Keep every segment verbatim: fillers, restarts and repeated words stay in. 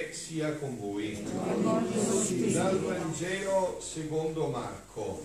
Signore sia con voi. Dal Vangelo secondo Marco.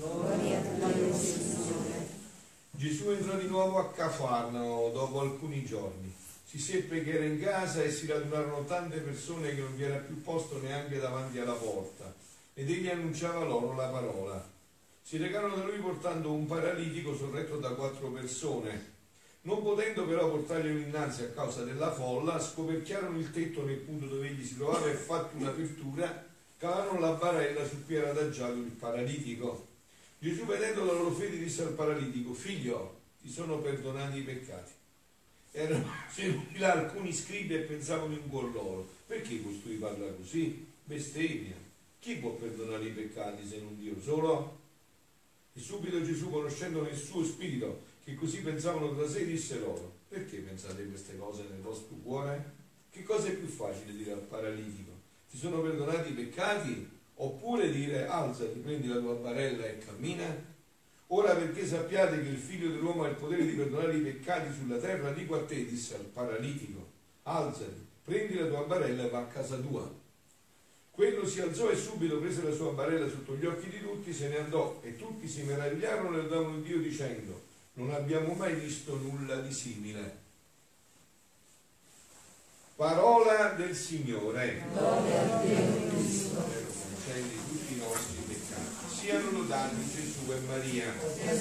Gesù entrò di nuovo a Cafarnao dopo alcuni giorni. Si seppe che era in casa e si radunarono tante persone che non vi era più posto neanche davanti alla porta, ed egli annunciava loro la parola. Si recarono da lui portando un paralitico sorretto da quattro persone. Non potendo però portarglielo innanzi a causa della folla, scoperchiarono il tetto nel punto dove egli si trovava e, fatta un'apertura, cavarono la barella su cui era adagiato il paralitico. Gesù, vedendo la loro fede, disse al paralitico: figlio, ti sono perdonati i peccati. Erano seduti là alcuni scribi e pensavano in cuor loro: perché costui parla così? Bestemmia. Chi può perdonare i peccati se non Dio solo? E subito Gesù, conoscendo nel suo spirito che così pensavano tra sé, disse loro: perché pensate queste cose nel vostro cuore? Che cosa è più facile dire al paralitico: ti sono perdonati i peccati, oppure dire: alzati, prendi la tua barella e cammina? Ora, perché sappiate che il figlio dell'uomo ha il potere di perdonare i peccati sulla terra, dico a te, disse al paralitico: alzati, prendi la tua barella e va a casa tua. Quello si alzò e subito prese la sua barella sotto gli occhi di tutti, se ne andò, e tutti si meravigliarono e lodavano Dio dicendo: non abbiamo mai visto nulla di simile. Parola del Signore. Cancelli tutti i nostri peccati. Siano lodati Gesù e Maria.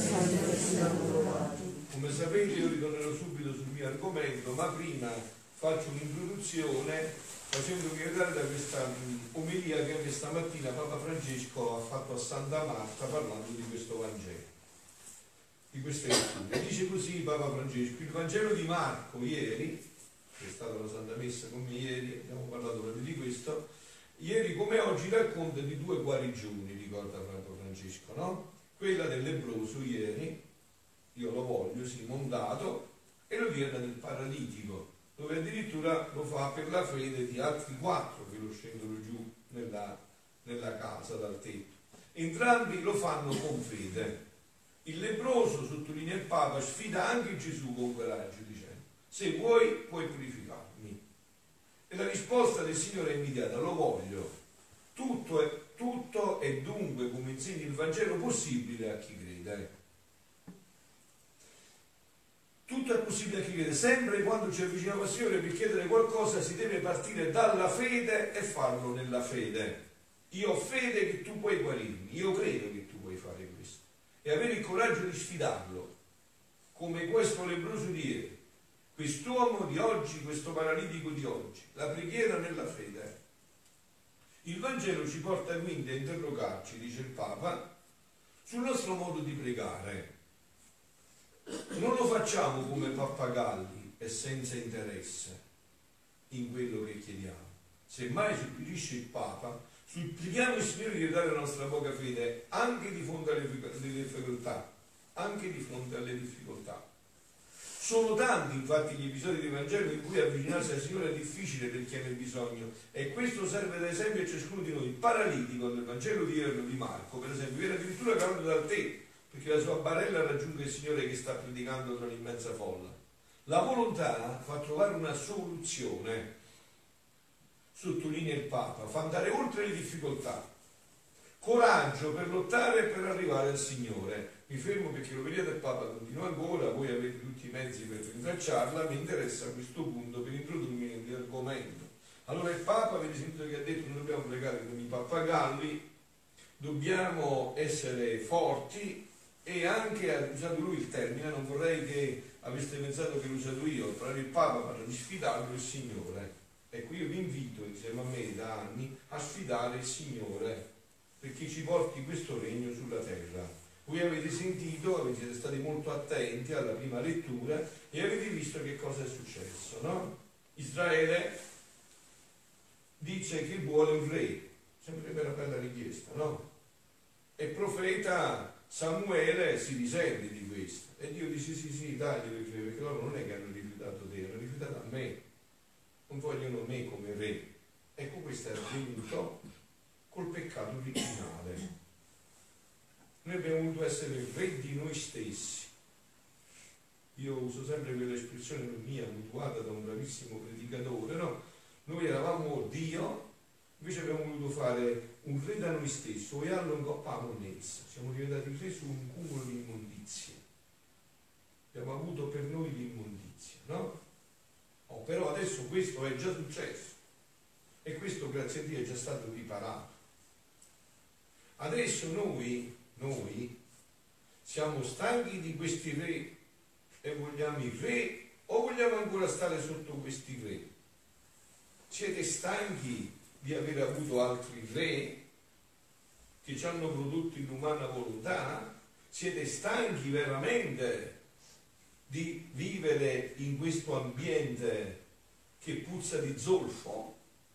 Come sapete, io ritornerò subito sul mio argomento, ma prima faccio un'introduzione facendovi vedere da questa omelia che questa mattina Papa Francesco ha fatto a Santa Marta parlando di questo Vangelo, di queste letture. Dice così Papa Francesco: il Vangelo di Marco ieri, che è stata la Santa Messa come ieri, abbiamo parlato proprio di questo, ieri come oggi racconta di due guarigioni, ricorda Papa Francesco, no? Quella del lebbroso ieri, io lo voglio, sì, mondato, e l'odierna del paralitico, dove addirittura lo fa per la fede di altri quattro che lo scendono giù nella, nella casa dal tetto. Entrambi lo fanno con fede. Il lebbroso, sottolinea il Papa, sfida anche Gesù con coraggio dicendo: se vuoi puoi purificarmi. E la risposta del Signore è immediata: lo voglio. Tutto è, tutto è dunque, come insegna il Vangelo, possibile a chi crede. Tutto è possibile a chi crede. Sempre quando ci avviciniamo al Signore per chiedere qualcosa si deve partire dalla fede e farlo nella fede. Io ho fede che tu puoi guarirmi, io credo che tu puoi fare questo, e avere il coraggio di sfidarlo, come questo lebbroso di ieri, quest'uomo di oggi, questo paralitico di oggi. La preghiera nella fede. Il Vangelo ci porta quindi a interrogarci, dice il Papa, sul nostro modo di pregare. Non lo facciamo come pappagalli e senza interesse in quello che chiediamo. Semmai, suggerisce il Papa, supplichiamo il Signore di dare la nostra poca fede anche di fronte alle difficoltà, anche di fronte alle difficoltà. Sono tanti infatti gli episodi del Vangelo in cui avvicinarsi al Signore è difficile per chi ha nel bisogno, e questo serve da esempio a ciascuno di noi. Il paralitico nel Vangelo di ieri di Marco, per esempio, viene addirittura calato dal tetto perché la sua barella raggiunge il Signore che sta predicando tra l'immensa folla. La volontà fa trovare una soluzione, sottolinea il Papa, fa andare oltre le difficoltà, coraggio per lottare e per arrivare al Signore. Mi fermo perché l'omelia del Papa continua ancora, voi avete tutti i mezzi per rintracciarla, mi interessa a questo punto per introdurmi nell'argomento. Allora il Papa, avete sentito che ha detto: non dobbiamo pregare come i pappagalli, dobbiamo essere forti, e anche ha usato lui il termine, non vorrei che aveste pensato che l'ho usato io, però il Papa parla di sfidarlo il Signore. Ecco, io vi invito insieme a me da anni a sfidare il Signore perché ci porti questo regno sulla terra. Voi avete sentito, avete, siete stati molto attenti alla prima lettura e avete visto che cosa è successo, no? Israele dice che vuole un re, sempre per una bella richiesta, no? E il profeta Samuele si risente di questo e Dio dice: sì sì, daglielo il re, perché loro non è che hanno rifiutato te, hanno rifiutato a me, non vogliono me come re. Ecco, questo è avvenuto col peccato originale. Noi abbiamo voluto essere re di noi stessi. Io uso sempre quell'espressione mia mutuata da un bravissimo predicatore, no? Noi eravamo Dio Invece abbiamo voluto fare un re da noi stessi, vogliamo un coppa a monnezza. Siamo diventati re su un cumulo di immondizie. Abbiamo avuto per noi l'immondizia, no? Oh, però adesso questo è già successo e questo grazie a Dio è già stato riparato. Adesso noi, noi siamo stanchi di questi re e vogliamo i re o vogliamo ancora stare sotto questi re? Siete stanchi di aver avuto altri re che ci hanno prodotto l'umana volontà? Siete stanchi veramente di vivere in questo ambiente che puzza di zolfo?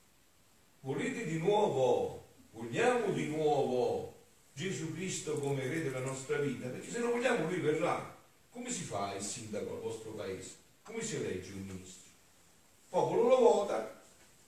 Volete di nuovo, vogliamo di nuovo Gesù Cristo come re della nostra vita? Perché se non vogliamo lui verrà. Come si fa il sindaco al vostro paese? Come si elegge un ministro? Il popolo lo vota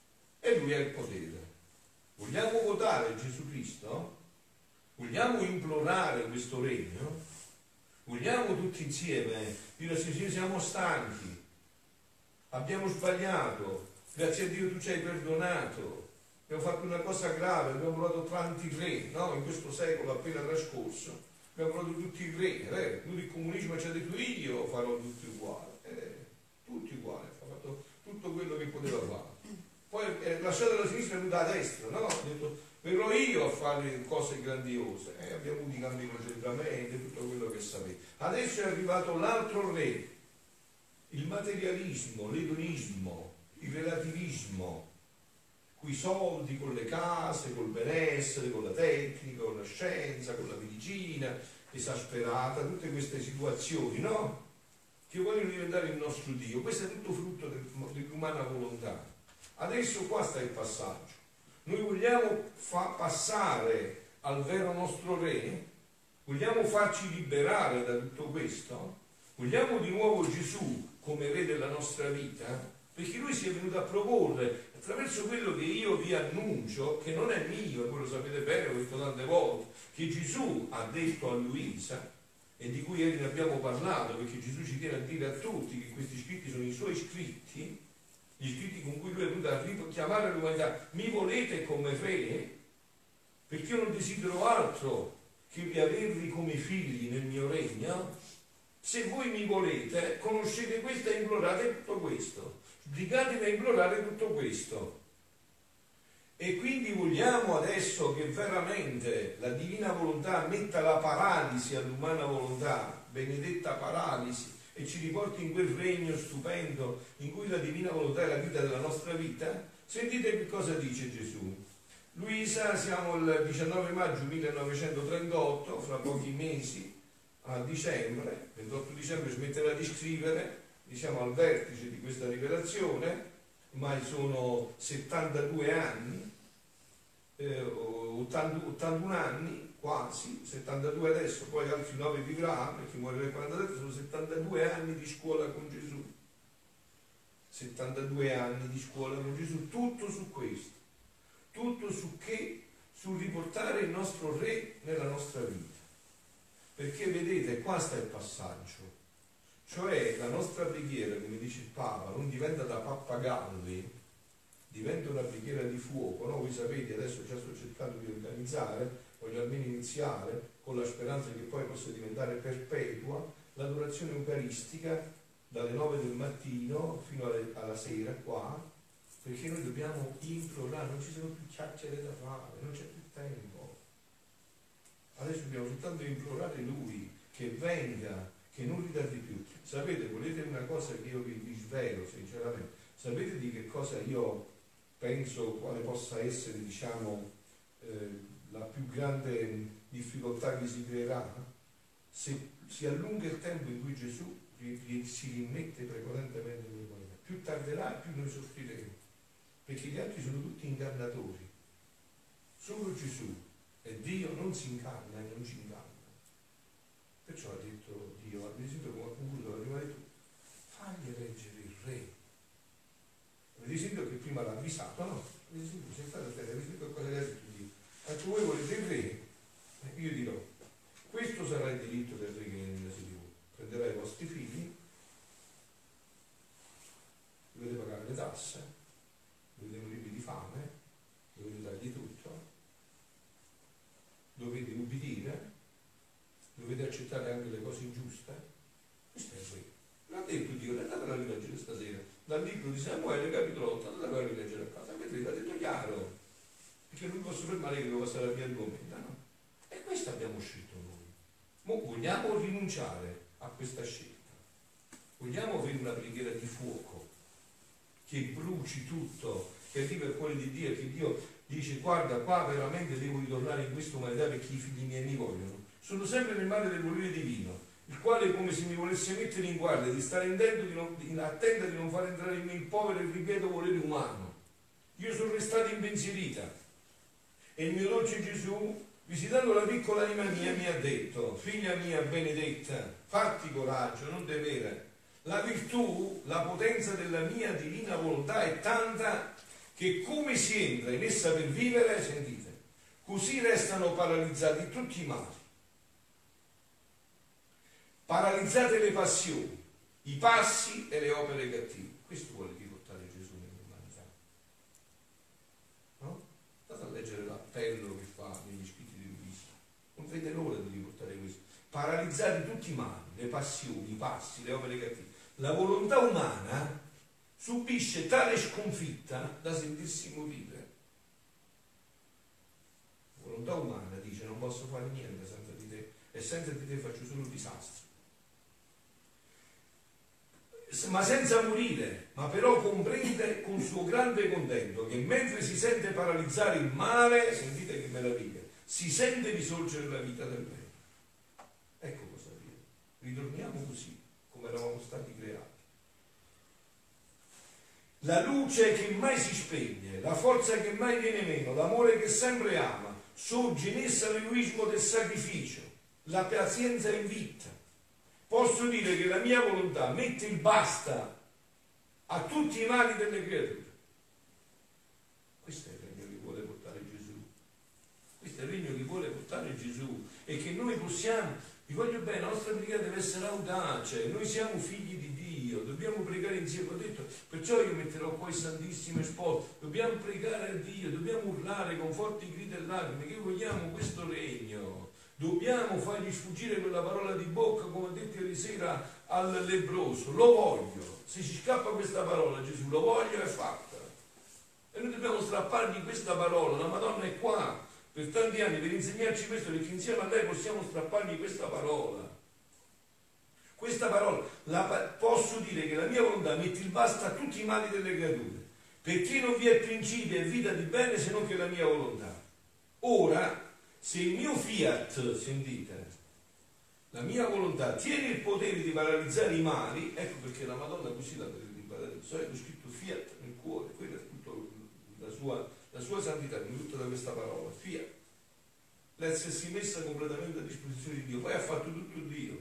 e lui ha il potere. Vogliamo votare Gesù Cristo? Vogliamo implorare questo regno? Vogliamo tutti insieme dire: Signore, siamo stanchi, abbiamo sbagliato, grazie a Dio tu ci hai perdonato, abbiamo fatto una cosa grave, abbiamo provato tanti re, no? In questo secolo appena trascorso abbiamo provato tutti i re, eh? Lui il comunismo ci ha detto: io farò tutti uguali, eh, tutti uguali, ha fatto tutto quello che poteva fare. Poi è lasciato la sinistra e è venuta a destra, no? Ha detto: verrò io a fare cose grandiose. Eh, abbiamo avuto i cambi di concentramento, tutto quello che sapete. Adesso è arrivato l'altro re, il materialismo, l'edonismo, il relativismo, coi soldi, con le case, col benessere, con la tecnica, con la scienza, con la medicina esasperata, tutte queste situazioni, no? Che vogliono diventare il nostro Dio. Questo è tutto frutto dell'umana volontà. Adesso qua sta il passaggio. Noi vogliamo fa passare al vero nostro re? Vogliamo farci liberare da tutto questo? Vogliamo di nuovo Gesù come re della nostra vita? Perché lui si è venuto a proporre attraverso quello che io vi annuncio, che non è mio, e voi lo sapete bene, l'ho detto tante volte, che Gesù ha detto a Luisa e di cui ieri ne abbiamo parlato, perché Gesù ci tiene a dire a tutti che questi scritti sono i suoi scritti, gli scritti con cui lui è venuto a chiamare l'umanità. Mi volete come re? Perché io non desidero altro che vi avervi come figli nel mio regno. Se voi mi volete, conoscete questo e implorate tutto questo. Dedicatevi a implorare tutto questo. E quindi vogliamo adesso che veramente la divina volontà metta la paralisi all'umana volontà, benedetta paralisi, e ci riporti in quel regno stupendo in cui la divina volontà è la guida della nostra vita? Sentite che cosa dice Gesù. Luisa, siamo il diciannove maggio millenovecentotrentotto, fra pochi mesi, a dicembre, ventotto dicembre smetterà di scrivere, diciamo al vertice di questa rivelazione, ormai sono settantadue anni, eh, ottanta, ottantuno anni, quasi, settantadue adesso, poi altri nove vivrà, perché muore nel quarantasette, sono settantadue anni di scuola con Gesù. settantadue anni di scuola con Gesù, tutto su questo, tutto su che? Sul riportare il nostro re nella nostra vita. Perché vedete, qua sta il passaggio, cioè la nostra preghiera, come dice il Papa, non diventa da pappagalli, diventa una preghiera di fuoco, no? Voi sapete, adesso già sto cercando di organizzare, voglio almeno iniziare, con la speranza che poi possa diventare perpetua, l'adorazione eucaristica dalle nove del mattino fino alle, alla sera qua, perché noi dobbiamo implorare, non ci sono più chiacchiere da fare, non c'è più tempo. Adesso dobbiamo soltanto implorare Lui che venga, che non ritardi più. Sapete, volete una cosa che io vi, vi svelo sinceramente, sapete di che cosa io penso quale possa essere, diciamo, eh, la più grande difficoltà che si creerà? Se si allunga il tempo in cui Gesù si rimette prepotentemente nell'umanità, più tarderà e più noi soffriremo, perché gli altri sono tutti ingannatori. Solo Gesù e Dio non si inganna e non ci inganna. Perciò ha detto Dio, ad esempio, come ha concluso la prima lettura, fagli eleggere il re. Avete sentito che prima l'ha avvisato, no? Avete sentito, se state attenti, avete sentito cosa ha detto Dio? Ha detto, voi volete il re? E io dirò, questo sarà il diritto del re che viene nella sede di voi. Prenderà i vostri figli, dovete pagare le tasse, dovete morirvi di fame, dovete dare accettare anche le cose ingiuste? Questo è vero. L'ha detto Dio, andatela a rileggere stasera, dal libro di Samuele, capitolo otto, andatela a rileggere a casa, vedete, l'ha detto chiaro, perché non mi posso fermare che devo passare al mio argomento, no? E questo abbiamo scelto noi. Ma vogliamo rinunciare a questa scelta? Vogliamo avere una preghiera di fuoco che bruci tutto, che arriva al cuore di Dio, che Dio dice guarda qua veramente devo ritornare in questa umanità perché i figli miei mi vogliono. Sono sempre nel mare del volere divino, il quale come se mi volesse mettere in guardia di stare intento, di non, in attenta di non far entrare in me il povero e ripeto volere umano. Io sono restata impensierita e il mio dolce Gesù, visitando la piccola anima mia, mi ha detto: figlia mia benedetta, fatti coraggio, non temere. La virtù, la potenza della mia divina volontà è tanta che come si entra in essa per vivere, sentite, così restano paralizzati tutti i mali. Paralizzate le passioni, i passi e le opere cattive. Questo vuole riportare Gesù nell'umanità. No? Andate a leggere l'appello che fa negli scritti di Luisa. Non vede l'ora di riportare questo. Paralizzate tutti i mali, le passioni, i passi, le opere cattive. La volontà umana subisce tale sconfitta da sentirsi morire. La volontà umana dice: non posso fare niente senza di te e senza di te faccio solo disastri. Ma senza morire, ma però comprende con suo grande contento che mentre si sente paralizzare il male, sentite che meraviglia, si sente risorgere la vita del bene. Ecco cosa avviene. Ritorniamo così come eravamo stati creati. La luce che mai si spegne, la forza che mai viene meno, l'amore che sempre ama, sorge in essa l'egoismo del sacrificio, la pazienza in vita. Posso dire che la mia volontà mette il basta a tutti i mali delle creature. Questo è il regno che vuole portare Gesù. Questo è il regno che vuole portare Gesù e che noi possiamo, vi voglio bene, la nostra preghiera deve essere audace, noi siamo figli di Dio, dobbiamo pregare insieme, ho detto, perciò io metterò qua il Santissimo esposto, dobbiamo pregare a Dio, dobbiamo urlare con forti grida e lacrime che vogliamo questo regno. Dobbiamo fargli sfuggire quella parola di bocca, come ha detto ieri sera al lebbroso. Lo voglio. Se ci scappa questa parola, Gesù, lo voglio, è fatta. E noi dobbiamo strappargli questa parola. La Madonna è qua per tanti anni per insegnarci questo, perché insieme a lei possiamo strappargli questa parola. Questa parola, la, posso dire che la mia volontà mette il basta a tutti i mali delle creature, perché non vi è principio e vita di bene se non che la mia volontà. Ora, se il mio fiat, sentite, la mia volontà tiene il potere di paralizzare i mali, ecco perché la Madonna così la paralizza, è scritto fiat nel cuore, quella è tutta la sua, la sua santità, è tutta da questa parola, fiat. L'essersi messa completamente a disposizione di Dio, poi ha fatto tutto Dio.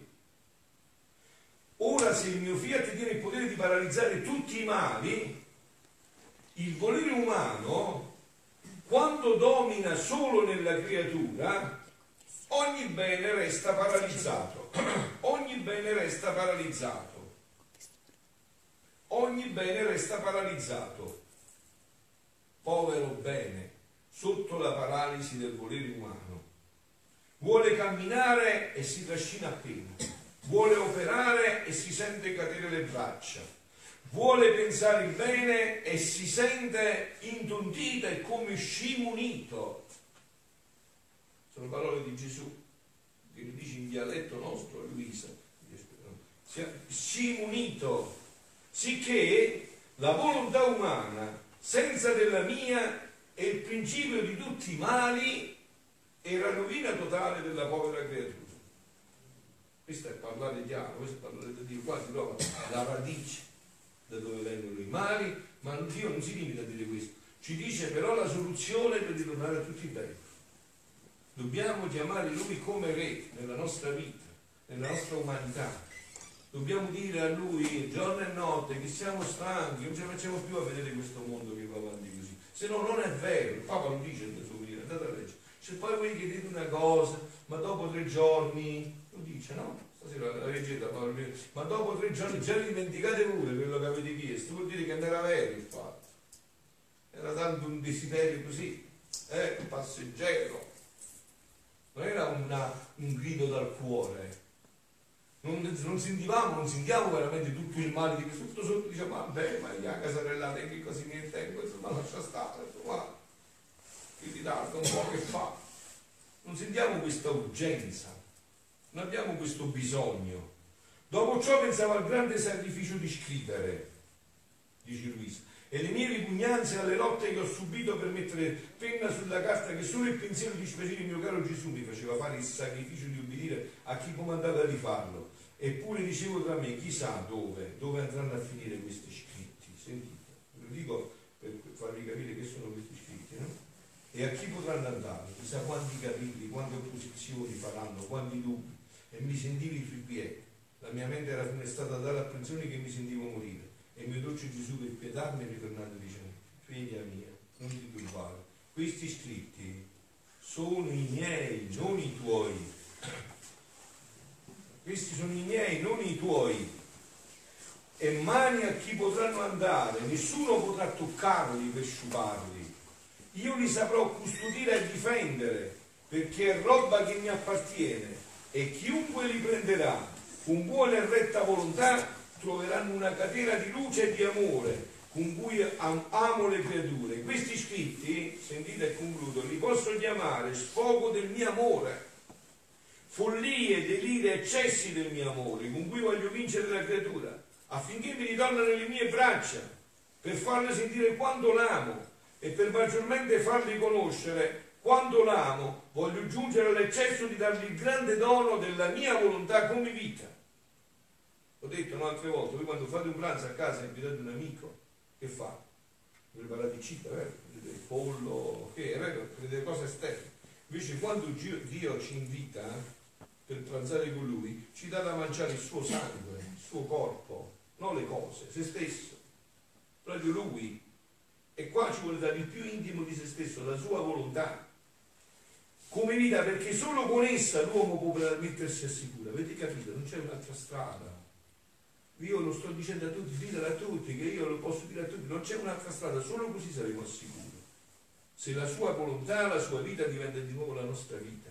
Ora se il mio fiat tiene il potere di paralizzare tutti i mali, il volere umano, quando domina solo nella creatura, ogni bene resta paralizzato. Ogni bene resta paralizzato. Ogni bene resta paralizzato. Povero bene, sotto la paralisi del volere umano. Vuole camminare e si trascina appena. Vuole operare e si sente cadere le braccia. Vuole pensare il bene e si sente intontita e come scimunito. Sono parole di Gesù, che li dice in dialetto nostro a Luisa. Scimunito, sicché la volontà umana, senza della mia, è il principio di tutti i mali e la rovina totale della povera creatura. Questo è parlare chiaro, questo è parlare di Dio, qua si trova la radice da dove vengono i mali, ma Dio non si limita a dire questo, ci dice però la soluzione per ritornare a tutti i beni. Dobbiamo chiamare Lui come Re nella nostra vita, nella nostra umanità. Dobbiamo dire a Lui giorno e notte che siamo stanchi, non ce la facciamo più a vedere questo mondo che va avanti così. Se no non è vero, il Papa lo dice nel suo venire, andate a leggere. Se poi voi chiedete una cosa, ma dopo tre giorni, lo dice, no? Stasera la leggete, ma dopo tre giorni già dimenticate pure quello che avete chiesto, vuol dire che non era vero il fatto. Era tanto un desiderio così, eh, passeggero. Non era una, un grido dal cuore, Non, non sentivamo, non sentiamo veramente tutto il male di questo, tutto sotto diciamo, vabbè, ma la casarellata che così mi tengo, ma lascia stare, guarda, che ti tarda un po' che fa. Non sentiamo questa urgenza, non abbiamo questo bisogno. Dopo ciò pensavo al grande sacrificio di scrivere, dice Luisa, e le mie ripugnanze alle lotte che ho subito per mettere penna sulla carta, che solo il pensiero di dispiacere il mio caro Gesù mi faceva fare il sacrificio di obbedire a chi comandava di farlo. Eppure dicevo tra me, chissà dove, dove andranno a finire questi scritti. Sentite, ve lo dico per farvi capire che sono questi scritti, no? E a chi potranno andare? Chissà quanti capitoli, quante opposizioni faranno, quanti dubbi. E mi sentivi sui piedi. La mia mente era funestata dalle apprensioni che mi sentivo morire. E il mio dolce Gesù per pietarmi è ritornato dicendo, figlia mia, non ti turbare, questi scritti sono i miei, non i tuoi. Questi sono i miei, non i tuoi. E mani a chi potranno andare, nessuno potrà toccarli per sciuparli. Io li saprò custodire e difendere, perché è roba che mi appartiene, e chiunque li prenderà con buona e retta volontà troveranno una catena di luce e di amore con cui amo le creature. Questi scritti, sentite e concludo, li posso chiamare sfogo del mio amore, follie, deliri, eccessi del mio amore con cui voglio vincere la creatura, affinché mi ritorna nelle mie braccia, per farle sentire quanto l'amo e per maggiormente fargli conoscere quanto l'amo. Voglio giungere all'eccesso di dargli il grande dono della mia volontà come vita. Ho detto no, altre volte, voi quando fate un pranzo a casa e invitate un amico, che fa? Preparate il cibo, vero? Prendete il pollo, che è vero? Prendete cose esterne. Invece quando Dio, Dio ci invita per pranzare con Lui, ci dà da mangiare il suo sangue, il suo corpo, non le cose, se stesso, proprio Lui. E qua ci vuole dare il più intimo di se stesso, la sua volontà, come vita, perché solo con essa l'uomo può mettersi a sicuro. Avete capito? Non c'è un'altra strada. Io lo sto dicendo a tutti, ditelo a tutti, che io lo posso dire a tutti, non c'è un'altra strada, solo così saremo al sicuro. Se la sua volontà, la sua vita diventa di nuovo la nostra vita.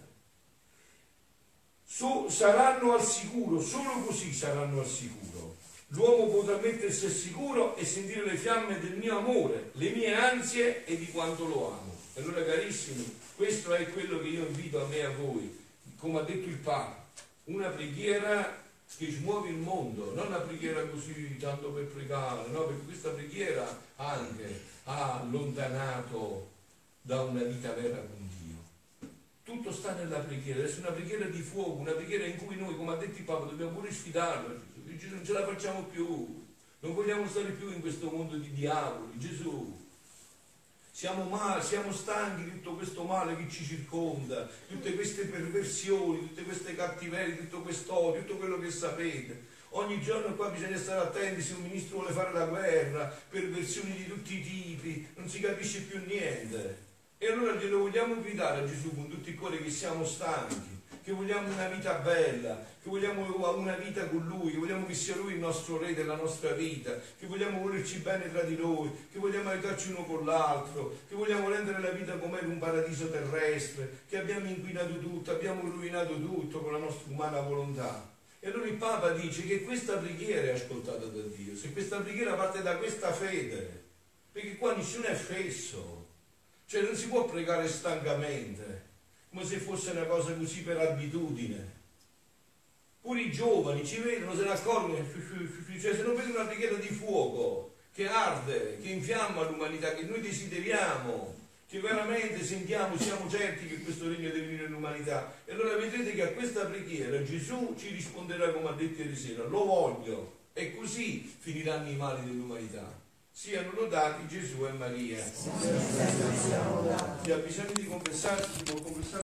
So, saranno al sicuro, solo così saranno al sicuro. L'uomo potrà mettersi al sicuro e sentire le fiamme del mio amore, le mie ansie e di quanto lo amo. Allora carissimi, questo è quello che io invito a me e a voi, come ha detto il Papa, una preghiera che muove il mondo, non una preghiera così tanto per pregare, no? Perché questa preghiera anche ha allontanato da una vita vera con Dio. Tutto sta nella preghiera, deve essere una preghiera di fuoco, una preghiera in cui noi, come ha detto il Papa, dobbiamo pure sfidarlo. Gesù, non ce la facciamo più, non vogliamo stare più in questo mondo di diavoli. Gesù, siamo male, siamo stanchi di tutto questo male che ci circonda, tutte queste perversioni, tutte queste cattiverie, tutto questo odio, tutto quello che sapete. Ogni giorno qua bisogna stare attenti se un ministro vuole fare la guerra, perversioni di tutti i tipi, non si capisce più niente. E allora glielo vogliamo gridare a Gesù con tutto il cuore che siamo stanchi, che vogliamo una vita bella, che vogliamo una vita con Lui, che vogliamo che sia Lui il nostro Re della nostra vita, che vogliamo volerci bene tra di noi, che vogliamo aiutarci uno con l'altro, che vogliamo rendere la vita come un paradiso terrestre, che abbiamo inquinato tutto, abbiamo rovinato tutto con la nostra umana volontà. E allora il Papa dice che questa preghiera è ascoltata da Dio, se questa preghiera parte da questa fede, perché qua nessuno è fesso, cioè non si può pregare stancamente, come se fosse una cosa così per abitudine. Pure i giovani ci vedono, se ne accorgono, cioè se non vedono una preghiera di fuoco che arde, che infiamma l'umanità, che noi desideriamo, che veramente sentiamo, siamo certi che questo regno deve venire nell'umanità. E allora vedrete che a questa preghiera Gesù ci risponderà come ha detto ieri sera, lo voglio, e così finiranno i mali dell'umanità. Siano lodati Gesù e Maria. Chi ha bisogno di confessarsi si può confessare.